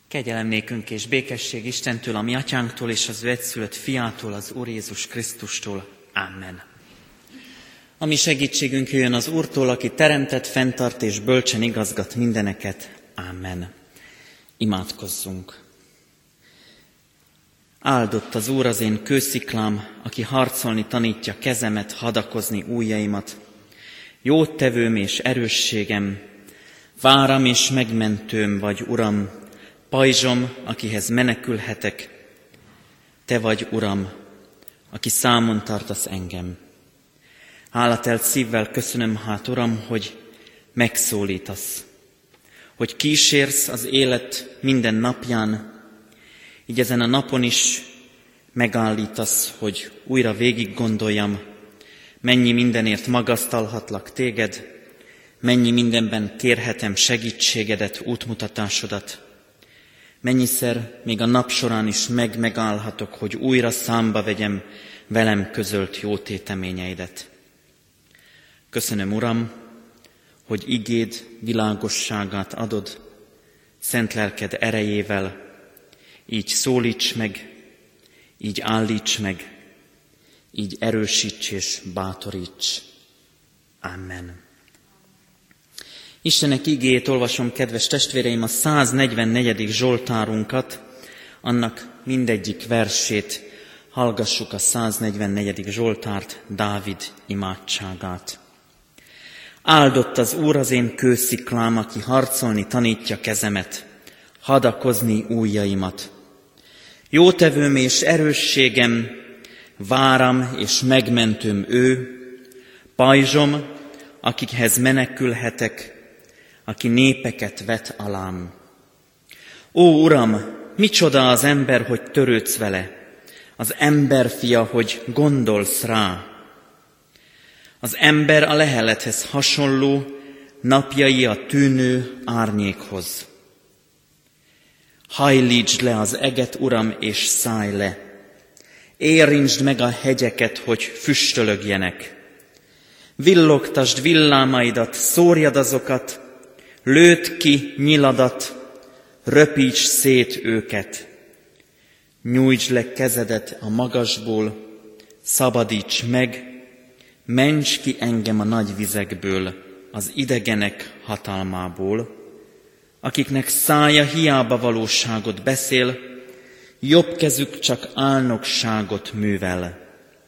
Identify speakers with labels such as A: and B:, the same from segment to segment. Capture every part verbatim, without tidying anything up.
A: Kegyelem nékünk és békesség Istentől, a mi atyánktól és az ő egyszülött fiától, az Úr Jézus Krisztustól. Amen. A mi segítségünk jöjjön az Úrtól, aki teremtett, fenntart és bölcsen igazgat mindeneket. Amen. Imádkozzunk. Áldott az Úr az én kősziklám, aki harcolni tanítja kezemet, hadakozni ujjaimat. Jótevőm és erősségem, váram és megmentőm vagy, Uram, pajzsom, akihez menekülhetek. Te vagy, Uram, aki számon tartasz engem. Hálatelt szívvel köszönöm hát, Uram, hogy megszólítasz, hogy kísérsz az élet minden napján, így ezen a napon is megállítasz, hogy újra végig gondoljam, mennyi mindenért magasztalhatlak téged, mennyi mindenben kérhetem segítségedet, útmutatásodat, mennyiszer még a nap során is meg-megállhatok, hogy újra számba vegyem velem közölt jó téteményeidet. Köszönöm, Uram, hogy igéd világosságát adod, szent lelked erejével, így szólíts meg, így állíts meg, így erősíts és bátoríts. Amen. Istenek igéjét olvasom, kedves testvéreim, a száznegyvennegyedik Zsoltárunkat, annak mindegyik versét. Hallgassuk a száznegyvennegyedik Zsoltárt, Dávid imádságát. Áldott az Úr az én kősziklám, aki harcolni tanítja kezemet, hadakozni ujjaimat. Jótevőm és erősségem, váram és megmentőm ő, pajzsom, akikhez menekülhetek, aki népeket vet alám. Ó, Uram, micsoda az ember, hogy törődsz vele, az emberfia, hogy gondolsz rá. Az ember a lehelethez hasonló, napjai a tűnő árnyékhoz. Hajlítsd le az eget, Uram, és szállj le. Érintsd meg a hegyeket, hogy füstölögjenek. Villogtasd villámaidat, szórjad azokat, lőd ki nyiladat, röpíts szét őket. Nyújtsd le kezedet a magasból, szabadíts meg, ments ki engem a nagy vizekből, az idegenek hatalmából, akiknek szája hiába valóságot beszél, jobb kezük csak álnokságot művel.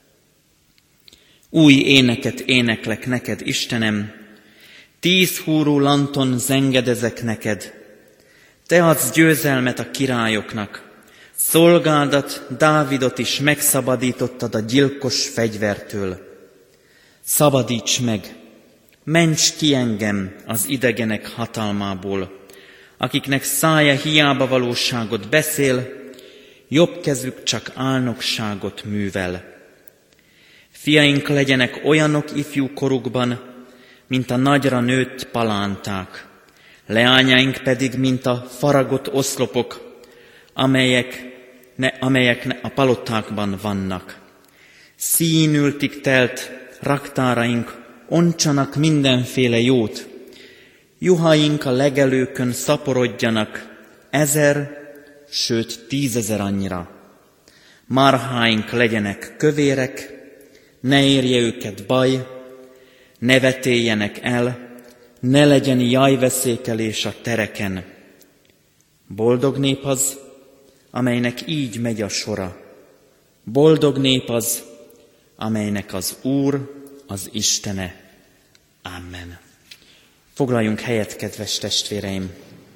A: Új éneket éneklek neked, Istenem, tíz húrú lanton zengedezek neked. Te adsz győzelmet a királyoknak, szolgádat, Dávidot is megszabadítottad a gyilkos fegyvertől. Szabadíts meg, ments ki engem az idegenek hatalmából, akiknek szája hiába valóságot beszél, jobb kezük csak álnokságot művel. Fiaink legyenek olyanok ifjú korukban, mint a nagyra nőtt palánták, leányaink pedig, mint a faragott oszlopok, amelyek, ne, amelyek ne, a palotákban vannak. Színültig telt raktáraink ontsanak mindenféle jót, juhaink a legelőkön szaporodjanak, ezer, sőt tízezer annyira. Marháink legyenek kövérek, ne érje őket baj, ne vetéljenek el, ne legyen jajveszékelés a tereken. Boldog nép az, amelynek így megy a sora. Boldog nép az, amelynek az Úr az Istene. Amen. Foglaljunk helyet, kedves testvéreim!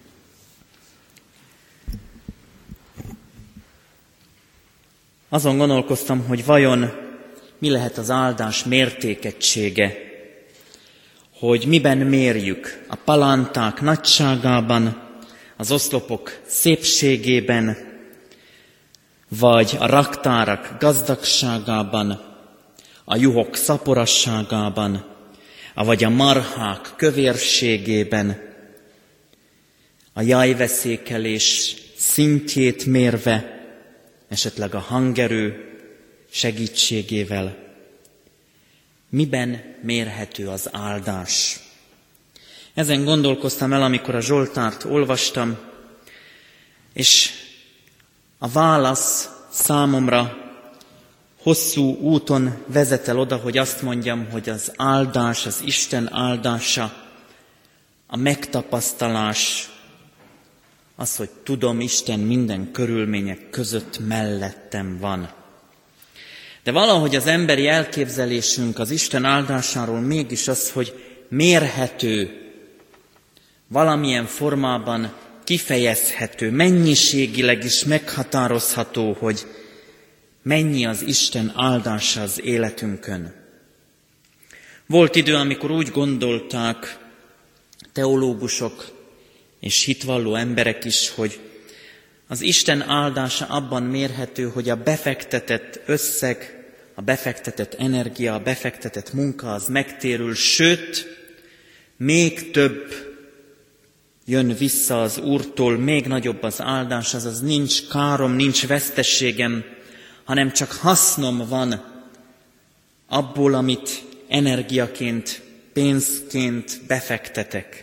A: Azon gondolkoztam, hogy vajon mi lehet az áldás mértékegysége, hogy miben mérjük, a palánták nagyságában, az oszlopok szépségében, vagy a raktárak gazdagságában, a juhok szaporasságában, vagy a marhák kövérségében, a jajveszékelés szintjét mérve, esetleg a hangerő segítségével. Miben mérhető az áldás? Ezen gondolkoztam el, amikor a Zsoltárt olvastam, És a válasz számomra hosszú úton vezet el oda, hogy azt mondjam, hogy az áldás, az Isten áldása, a megtapasztalás, az, hogy tudom, Isten minden körülmények között mellettem van. De valahogy az emberi elképzelésünk az Isten áldásáról mégis az, hogy mérhető, valamilyen formában kifejezhető, mennyiségileg is meghatározható, hogy mennyi az Isten áldása az életünkön. Volt idő, amikor úgy gondolták teológusok és hitvalló emberek is, hogy az Isten áldása abban mérhető, hogy a befektetett összeg, a befektetett energia, a befektetett munka az megtérül, sőt, még több jön vissza az Úrtól, még nagyobb az áldás, azaz nincs károm, nincs veszteségem, hanem csak hasznom van abból, amit energiaként, pénzként befektetek.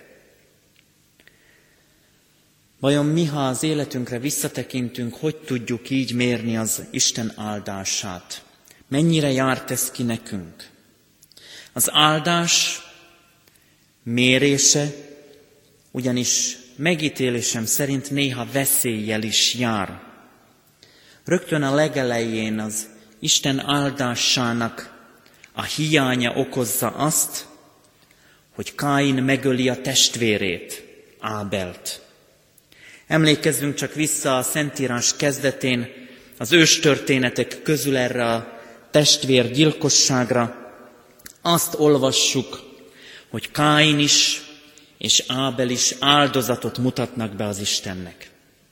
A: Vajon mi, ha az életünkre visszatekintünk, hogy tudjuk így mérni az Isten áldását? Mennyire járt ez ki nekünk? Az áldás mérése ugyanis megítélésem szerint néha veszéllyel is jár. Rögtön a legelején az Isten áldásának a hiánya okozza azt, hogy Káin megöli a testvérét, Ábelt. Emlékezzünk csak vissza a Szentírás kezdetén, az őstörténetek közül erre a testvérgyilkosságra. Azt olvassuk, hogy Káin is és Ábel is áldozatot mutatnak be az Istennek.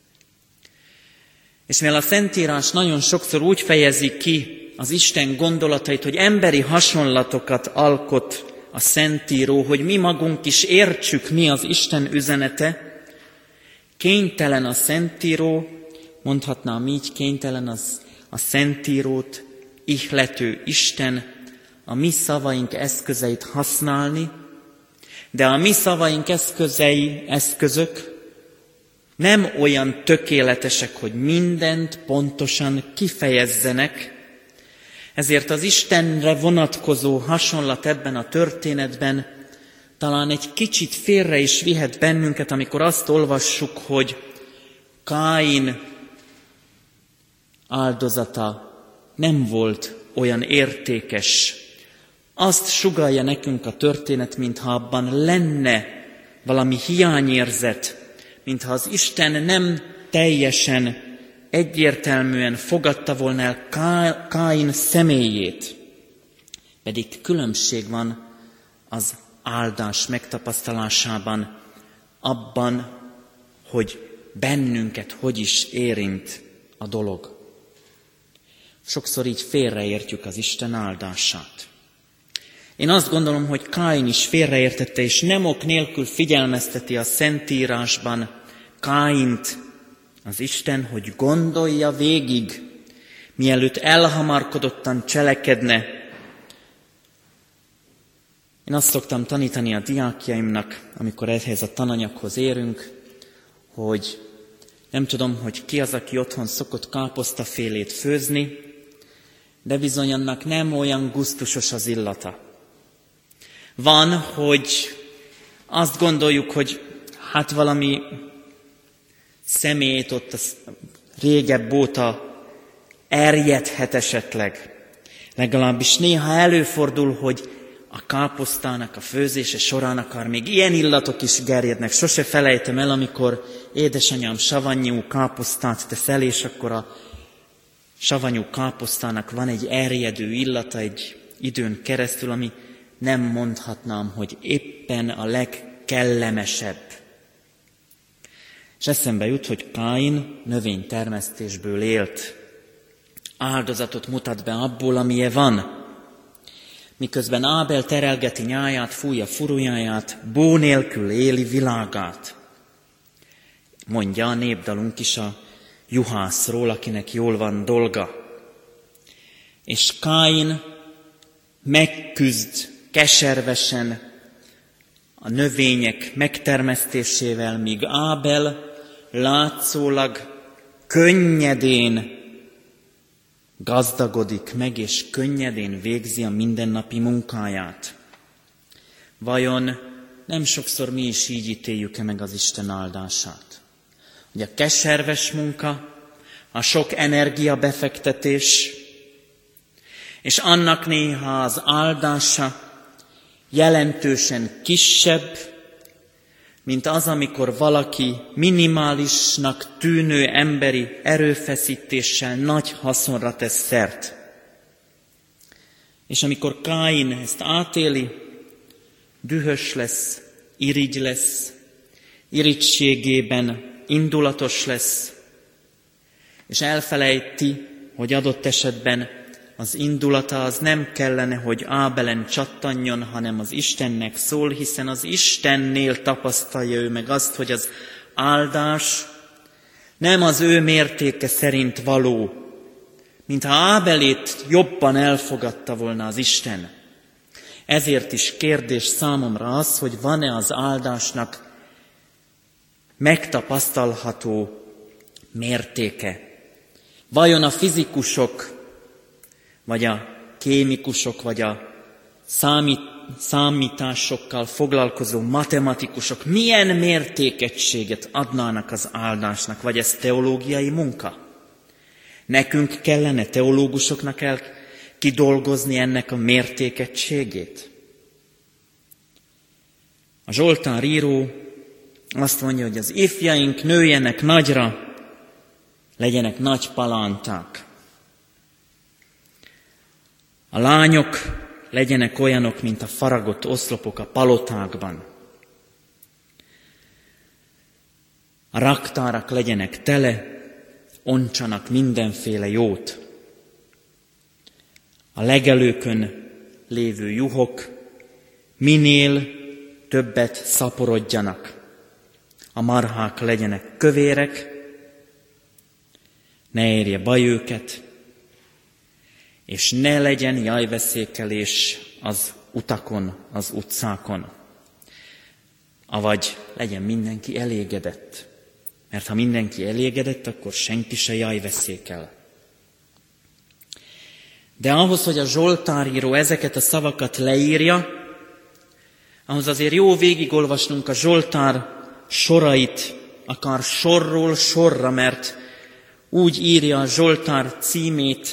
A: És mivel a Szentírás nagyon sokszor úgy fejezi ki az Isten gondolatait, hogy emberi hasonlatokat alkot a Szentíró, hogy mi magunk is értsük, mi az Isten üzenete, kénytelen a Szentíró, mondhatnám így, kénytelen az, a Szentírót ihlető Isten a mi szavaink eszközeit használni, de a mi szavaink eszközei, eszközök nem olyan tökéletesek, hogy mindent pontosan kifejezzenek, ezért az Istenre vonatkozó hasonlat ebben a történetben talán egy kicsit félre is vihet bennünket, amikor azt olvassuk, hogy Káin áldozata nem volt olyan értékes. Azt sugallja nekünk a történet, mintha abban lenne valami hiányérzet, mintha az Isten nem teljesen, egyértelműen fogadta volna el Káin személyét. Pedig különbség van az áldás megtapasztalásában, abban, hogy bennünket hogy is érint a dolog. Sokszor így félreértjük az Isten áldását. Én azt gondolom, hogy Káin is félreértette, és nem ok nélkül figyelmezteti a Szentírásban Káint az Isten, hogy gondolja végig, mielőtt elhamarkodottan cselekedne. Én azt szoktam tanítani a diákjaimnak, amikor ehhez a tananyaghoz érünk, hogy nem tudom, hogy ki az, aki otthon szokott káposztafélét főzni, de bizony annak nem olyan gusztusos az illata. Van, hogy azt gondoljuk, hogy hát valami szemét ott az régebb óta erjedhet esetleg. Legalábbis néha előfordul, hogy a káposztának, a főzése során akár még ilyen illatok is gerjednek. Sose felejtem el, amikor édesanyám savanyú káposztát tesz el, és akkor a savanyú káposztának van egy erjedő illata egy időn keresztül, ami nem mondhatnám, hogy éppen a legkellemesebb. És eszembe jut, hogy Káin növénytermesztésből élt. Áldozatot mutat be abból, amilyen van. Miközben Ábel terelgeti nyáját, fújja furujáját, bó nélkül éli világát. Mondja a népdalunk is a juhászról, akinek jól van dolga. És Káin megküzd keservesen a növények megtermesztésével, míg Ábel látszólag könnyedén gazdagodik meg, és könnyedén végzi a mindennapi munkáját. Vajon nem sokszor mi is így ítéljük-e meg az Isten áldását? Hogy a keserves munka, a sok energiabefektetés, és annak néha az áldása jelentősen kisebb, mint az, amikor valaki minimálisnak tűnő emberi erőfeszítéssel nagy haszonra tesz szert. És amikor Káin ezt átéli, dühös lesz, irigy lesz, irigységében indulatos lesz, és elfelejti, hogy adott esetben az indulata az nem kellene, hogy Ábelen csattanjon, hanem az Istennek szól, hiszen az Istennél tapasztalja ő meg azt, hogy az áldás nem az ő mértéke szerint való, mintha Ábelét jobban elfogadta volna az Isten. Ezért is kérdés számomra az, hogy van-e az áldásnak megtapasztalható mértéke. Vajon a fizikusok, vagy a kémikusok, vagy a számít, számításokkal foglalkozó matematikusok milyen mértékegységet adnának az áldásnak, vagy ez teológiai munka? Nekünk kellene teológusoknak el kidolgozni ennek a mértékegységét? A Zsoltár író azt mondja, hogy az ifjaink nőjenek nagyra, legyenek nagy palánták. A lányok legyenek olyanok, mint a faragott oszlopok a palotákban. A raktárak legyenek tele, ontsanak mindenféle jót. A legelőkön lévő juhok minél többet szaporodjanak. A marhák legyenek kövérek, ne érje baj őket, és ne legyen jajveszékelés az utakon, az utcákon. Avagy legyen mindenki elégedett. Mert ha mindenki elégedett, akkor senki se jajveszékel. De ahhoz, hogy a Zsoltáríró ezeket a szavakat leírja, ahhoz azért jó végigolvasnunk a Zsoltár sorait, akár sorról sorra, mert úgy írja a Zsoltár címét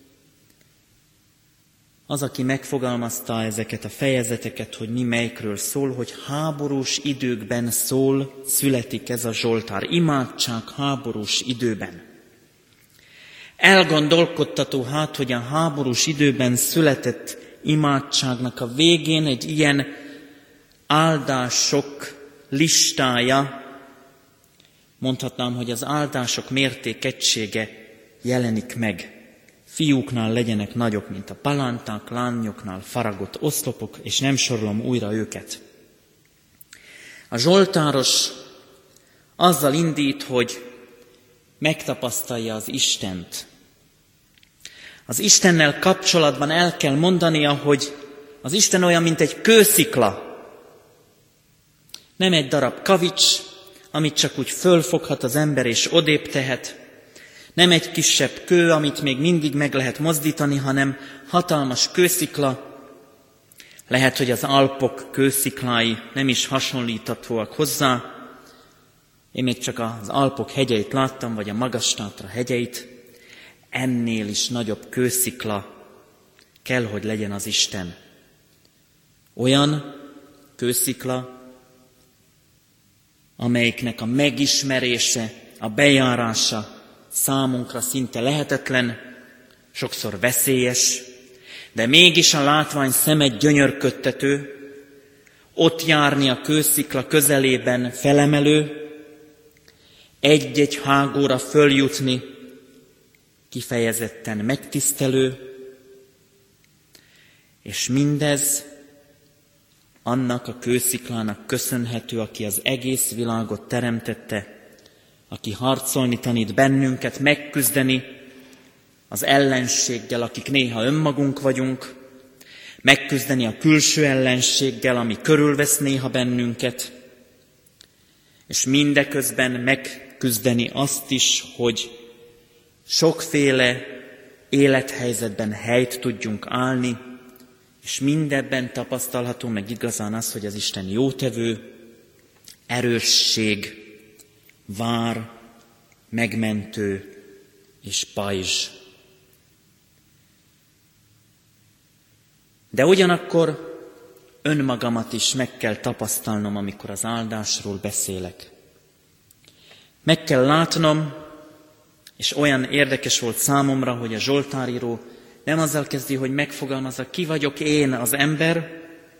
A: az, aki megfogalmazta ezeket a fejezeteket, hogy mi melyikről szól, hogy háborús időkben szól, születik ez a Zsoltár. Imádság háborús időben. Elgondolkodtató hát, hogy a háborús időben született imádságnak a végén egy ilyen áldások listája, mondhatnám, hogy az áldások mértékegysége jelenik meg. Fiúknál legyenek nagyok, mint a palánták, lányoknál faragott oszlopok, és nem sorolom újra őket. A zsoltáros azzal indít, hogy megtapasztalja az Istent. Az Istennel kapcsolatban el kell mondania, hogy az Isten olyan, mint egy kőszikla. Nem egy darab kavics, amit csak úgy fölfoghat az ember és odébb tehet. Nem egy kisebb kő, amit még mindig meg lehet mozdítani, hanem hatalmas kőszikla. Lehet, hogy az Alpok kősziklái nem is hasonlíthatóak hozzá. Én még csak az Alpok hegyeit láttam, vagy a Magas-Tátra hegyeit. Ennél is nagyobb kőszikla kell, hogy legyen az Isten. Olyan kőszikla, amelyiknek a megismerése, a bejárása számunkra szinte lehetetlen, sokszor veszélyes, de mégis a látvány szemet gyönyörködtető, ott járni a kőszikla közelében felemelő, egy-egy hágóra följutni kifejezetten megtisztelő, és mindez annak a kősziklának köszönhető, aki az egész világot teremtette, aki harcolni tanít bennünket, megküzdeni az ellenséggel, akik néha önmagunk vagyunk, megküzdeni a külső ellenséggel, ami körülvesz néha bennünket, és mindeközben megküzdeni azt is, hogy sokféle élethelyzetben helyt tudjunk állni, és mindebben tapasztalható meg igazán az, hogy az Isten jótevő, erősség, vár, megmentő és pajzs. De ugyanakkor önmagamat is meg kell tapasztalnom, amikor az áldásról beszélek. Meg kell látnom, és olyan érdekes volt számomra, hogy a Zsoltáríró nem azzal kezdi, hogy megfogalmazza, ki vagyok én az ember,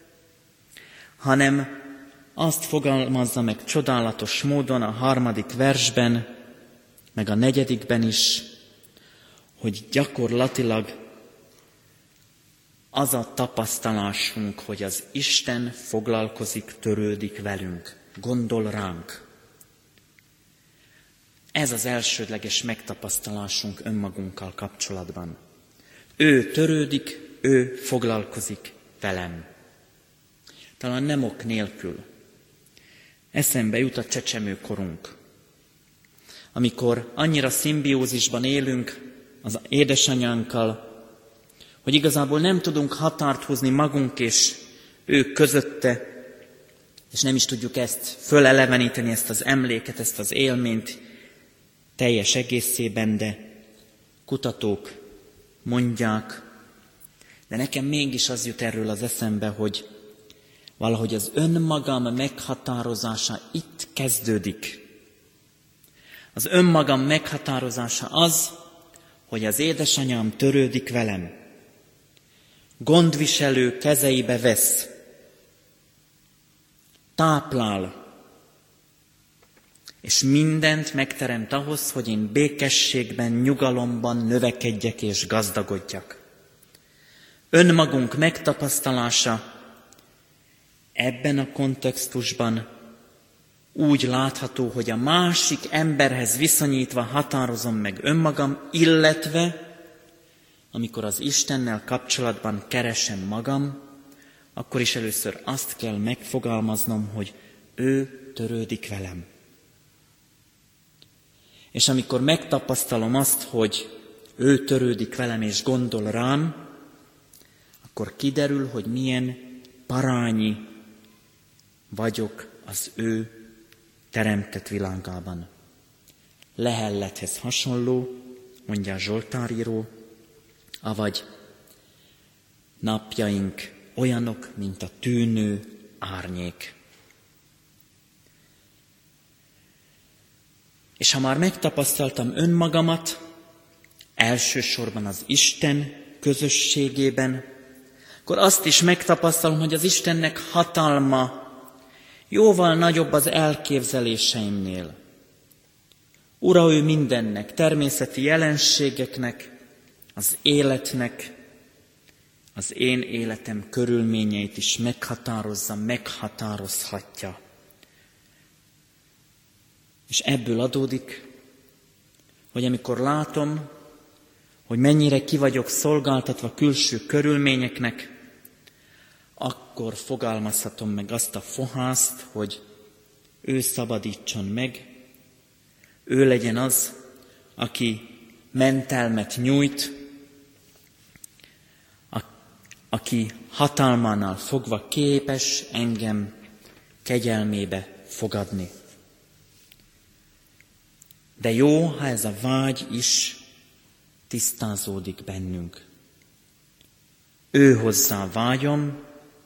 A: hanem azt fogalmazza meg csodálatos módon a harmadik versben, meg a negyedikben is, hogy gyakorlatilag az a tapasztalásunk, hogy az Isten foglalkozik, törődik velünk, gondol ránk. Ez az elsődleges megtapasztalásunk önmagunkkal kapcsolatban. Ő törődik, ő foglalkozik velem. Talán nem ok nélkül. Eszembe jut a csecsemőkorunk, amikor annyira szimbiózisban élünk az édesanyánkkal, hogy igazából nem tudunk határt húzni magunk és ők közötte, és nem is tudjuk ezt föleleveníteni, ezt az emléket, ezt az élményt teljes egészében, de kutatók mondják, de nekem mégis az jut erről az eszembe, hogy valahogy az önmagam meghatározása itt kezdődik. Az önmagam meghatározása az, hogy az édesanyám törődik velem, gondviselő kezeibe vesz, táplál, és mindent megteremt ahhoz, hogy én békességben, nyugalomban növekedjek és gazdagodjak. Önmagunk megtapasztalása ebben a kontextusban úgy látható, hogy a másik emberhez viszonyítva határozom meg önmagam, illetve amikor az Istennel kapcsolatban keresem magam, akkor is először azt kell megfogalmaznom, hogy ő törődik velem. És amikor megtapasztalom azt, hogy ő törődik velem és gondol rám, akkor kiderül, hogy milyen parányi vagyok az ő teremtett világában. Lehellethez hasonló, mondja a Zsoltáríró, avagy napjaink olyanok, mint a tűnő árnyék. És ha már megtapasztaltam önmagamat, elsősorban az Isten közösségében, akkor azt is megtapasztalom, hogy az Istennek hatalma jóval nagyobb az elképzeléseimnél. Ura, ő mindennek, természeti jelenségeknek, az életnek, az én életem körülményeit is meghatározza, meghatározhatja. És ebből adódik, hogy amikor látom, hogy mennyire ki vagyok szolgáltatva külső körülményeknek, akkor fogalmazhatom meg azt a fohászt, hogy ő szabadítson meg, ő legyen az, aki mentelmet nyújt, aki hatalmánál fogva képes engem kegyelmébe fogadni. De jó, ha ez a vágy is tisztázódik bennünk. Ő hozzá vágyom,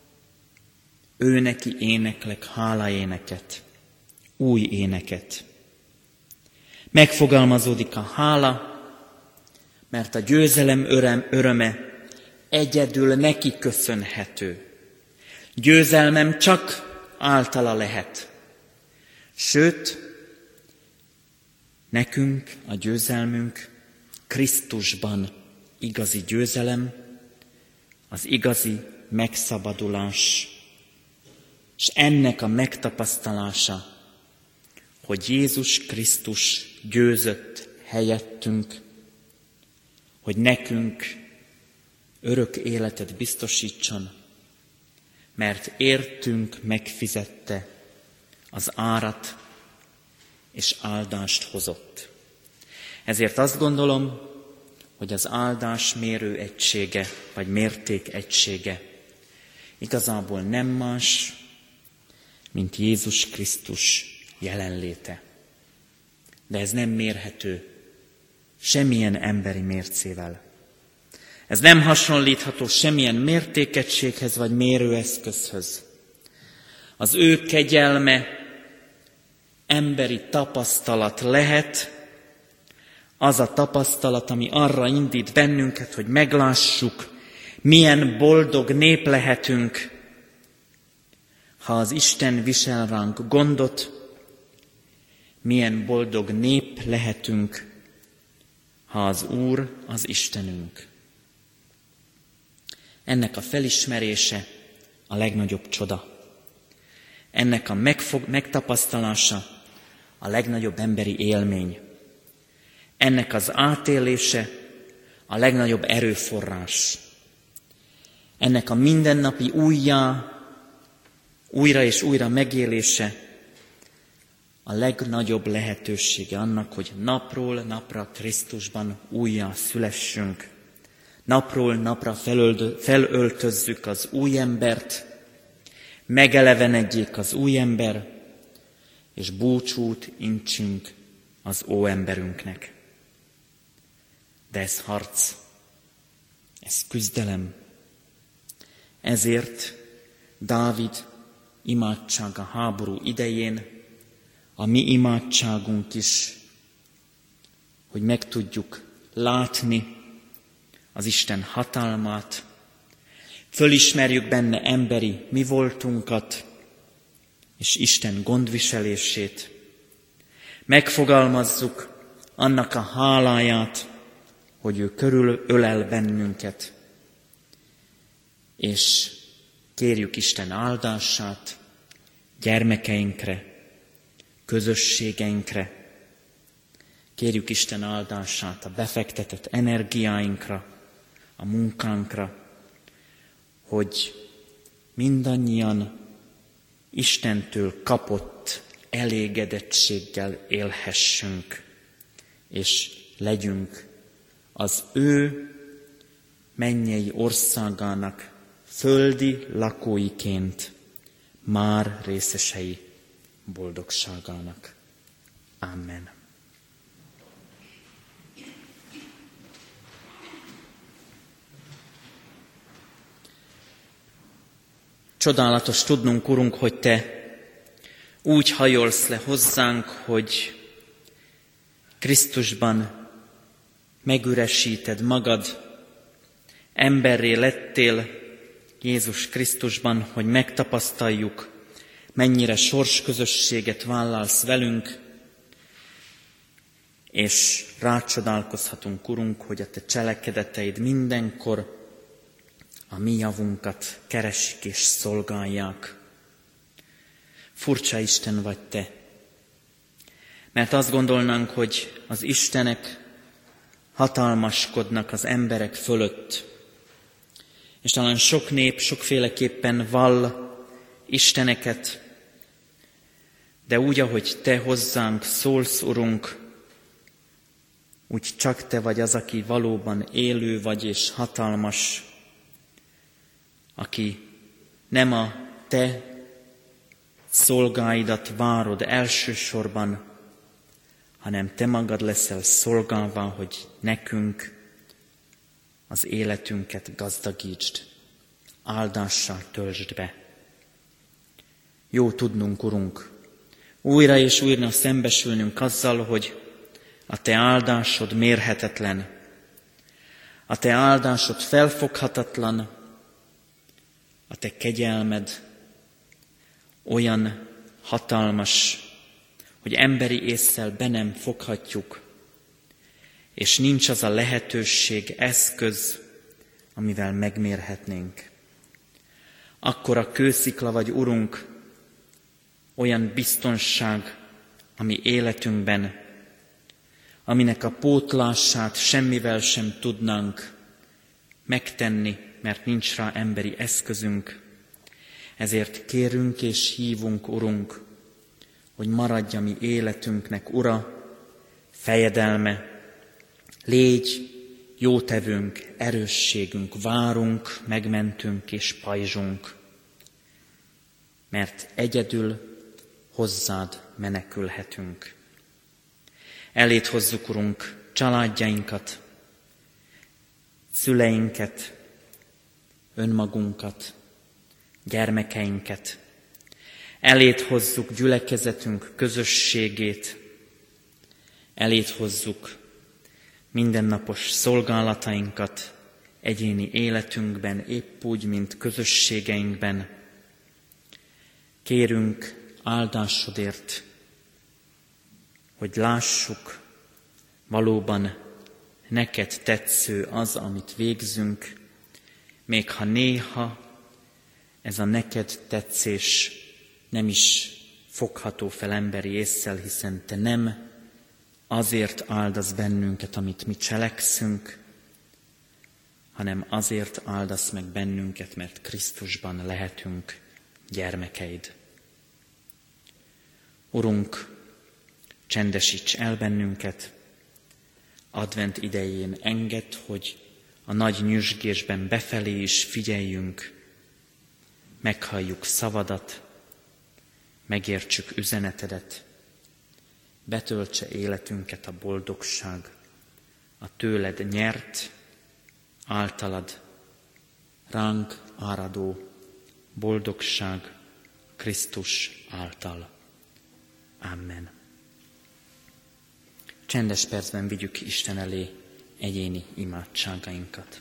A: ő neki éneklek hálaéneket, új éneket. Megfogalmazódik a hála, mert a győzelem öröm, öröme egyedül neki köszönhető. Győzelmem csak általa lehet. Sőt, nekünk a győzelmünk Krisztusban igazi győzelem, az igazi megszabadulás, és ennek a megtapasztalása, hogy Jézus Krisztus győzött helyettünk, hogy nekünk örök életet biztosítson, mert értünk megfizette az árat, és áldást hozott. Ezért azt gondolom, hogy az áldás mérő egysége, vagy mérték egysége igazából nem más, mint Jézus Krisztus jelenléte. De ez nem mérhető semmilyen emberi mércével. Ez nem hasonlítható semmilyen mértékegységhez vagy mérőeszközhöz. Az ő kegyelme emberi tapasztalat lehet, az a tapasztalat, ami arra indít bennünket, hogy meglássuk, milyen boldog nép lehetünk, ha az Isten visel ránk gondot, milyen boldog nép lehetünk, ha az Úr az Istenünk. Ennek a felismerése a legnagyobb csoda. Ennek a megfog, megtapasztalása a legnagyobb emberi élmény. Ennek az átélése a legnagyobb erőforrás. Ennek a mindennapi újjá, újra és újra megélése a legnagyobb lehetősége annak, hogy napról napra Krisztusban újjá szülessünk. Napról napra felöld, felöltözzük az új embert, megelevenedjék az új ember, és búcsút intsünk az óemberünknek. De ez harc, ez küzdelem. Ezért Dávid imádsága háború idején, a mi imádságunk is, hogy meg tudjuk látni az Isten hatalmát, fölismerjük benne emberi mi voltunkat, és Isten gondviselését, megfogalmazzuk annak a háláját, hogy ő körül ölel bennünket, és kérjük Isten áldását gyermekeinkre, közösségeinkre, kérjük Isten áldását a befektetett energiáinkra, a munkánkra, hogy mindannyian Istentől kapott elégedettséggel élhessünk, és legyünk az ő mennyei országának földi lakóiként már részesei boldogságának. Amen. Csodálatos tudnunk, Urunk, hogy Te úgy hajolsz le hozzánk, hogy Krisztusban megüresíted magad, emberré lettél Jézus Krisztusban, hogy megtapasztaljuk, mennyire sorsközösséget vállalsz velünk, és rácsodálkozhatunk, Urunk, hogy a Te cselekedeteid mindenkor a mi javunkat keresik és szolgálják. Furcsa Isten vagy Te, mert azt gondolnánk, hogy az istenek hatalmaskodnak az emberek fölött, és talán sok nép sokféleképpen vall isteneket, de úgy, ahogy Te hozzánk szólsz, Urunk, úgy csak Te vagy az, aki valóban élő vagy és hatalmas, aki nem a Te szolgáidat várod elsősorban, hanem Te magad leszel szolgálva, hogy nekünk az életünket gazdagítsd, áldással töltsd be. Jó tudnunk, Urunk, újra és újra szembesülnünk azzal, hogy a Te áldásod mérhetetlen, a Te áldásod felfoghatatlan, a Te kegyelmed olyan hatalmas, hogy emberi ésszel be nem foghatjuk, és nincs az a lehetőség, eszköz, amivel megmérhetnénk. Akkora kőszikla vagy, Urunk, olyan biztonság, ami életünkben, aminek a pótlását semmivel sem tudnánk megtenni, mert nincs rá emberi eszközünk. Ezért kérünk és hívunk, Urunk, hogy maradj a mi életünknek Ura, fejedelme, Légy jótevőnk, erősségünk, várunk, megmentünk és pajzsunk, mert egyedül hozzád menekülhetünk. Eléd hozzuk, Urunk, családjainkat, szüleinket, önmagunkat, gyermekeinket. Eléd hozzuk gyülekezetünk közösségét, eléd hozzuk mindennapos szolgálatainkat egyéni életünkben, épp úgy, mint közösségeinkben. Kérünk áldásodért, hogy lássuk, valóban neked tetsző az, amit végzünk, még ha néha ez a neked tetszés nem is fogható fel emberi ésszel, hiszen te nem azért áldasz bennünket, amit mi cselekszünk, hanem azért áldasz meg bennünket, mert Krisztusban lehetünk gyermekeid. Urunk, csendesíts el bennünket, advent idején engedd, hogy a nagy nyüzsgésben befelé is figyeljünk, meghalljuk szavadat, megértsük üzenetedet, betöltse életünket a boldogság, a tőled nyert, általad ránk áradó boldogság Krisztus által. Amen. Csendes percben vigyük Isten elé egyéni imádságainkat.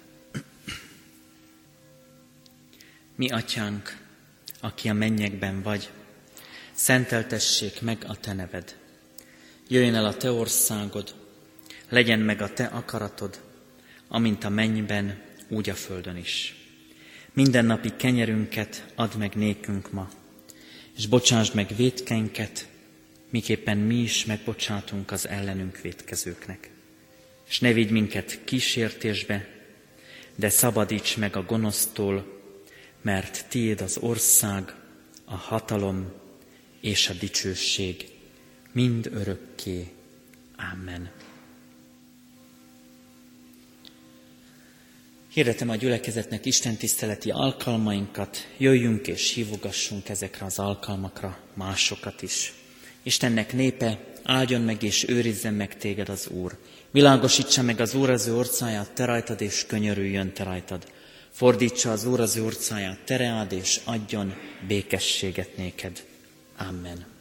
A: Mi atyánk, aki a mennyekben vagy, szenteltessék meg a te neved. Jöjjön el a te országod, legyen meg a te akaratod, amint a mennyben, úgy a földön is. Mindennapi kenyerünket add meg nékünk ma, és bocsásd meg vétkeinket, miképpen mi is megbocsátunk az ellenünk vétkezőknek. És ne vigy minket kísértésbe, de szabadíts meg a gonosztól, mert tiéd az ország, a hatalom és a dicsőség mind örökké. Amen. Hirdetem a gyülekezetnek istentiszteleti alkalmainkat, jöjjünk és hívogassunk ezekre az alkalmakra másokat is. Istennek népe, áldjon meg és őrizzen meg téged az Úr. Világosítsa meg az Úr az ő orcáját te rajtad, és könyörüljön te rajtad. Fordítsa az Úr az ő orcáját te reád, és adjon békességet néked. Amen.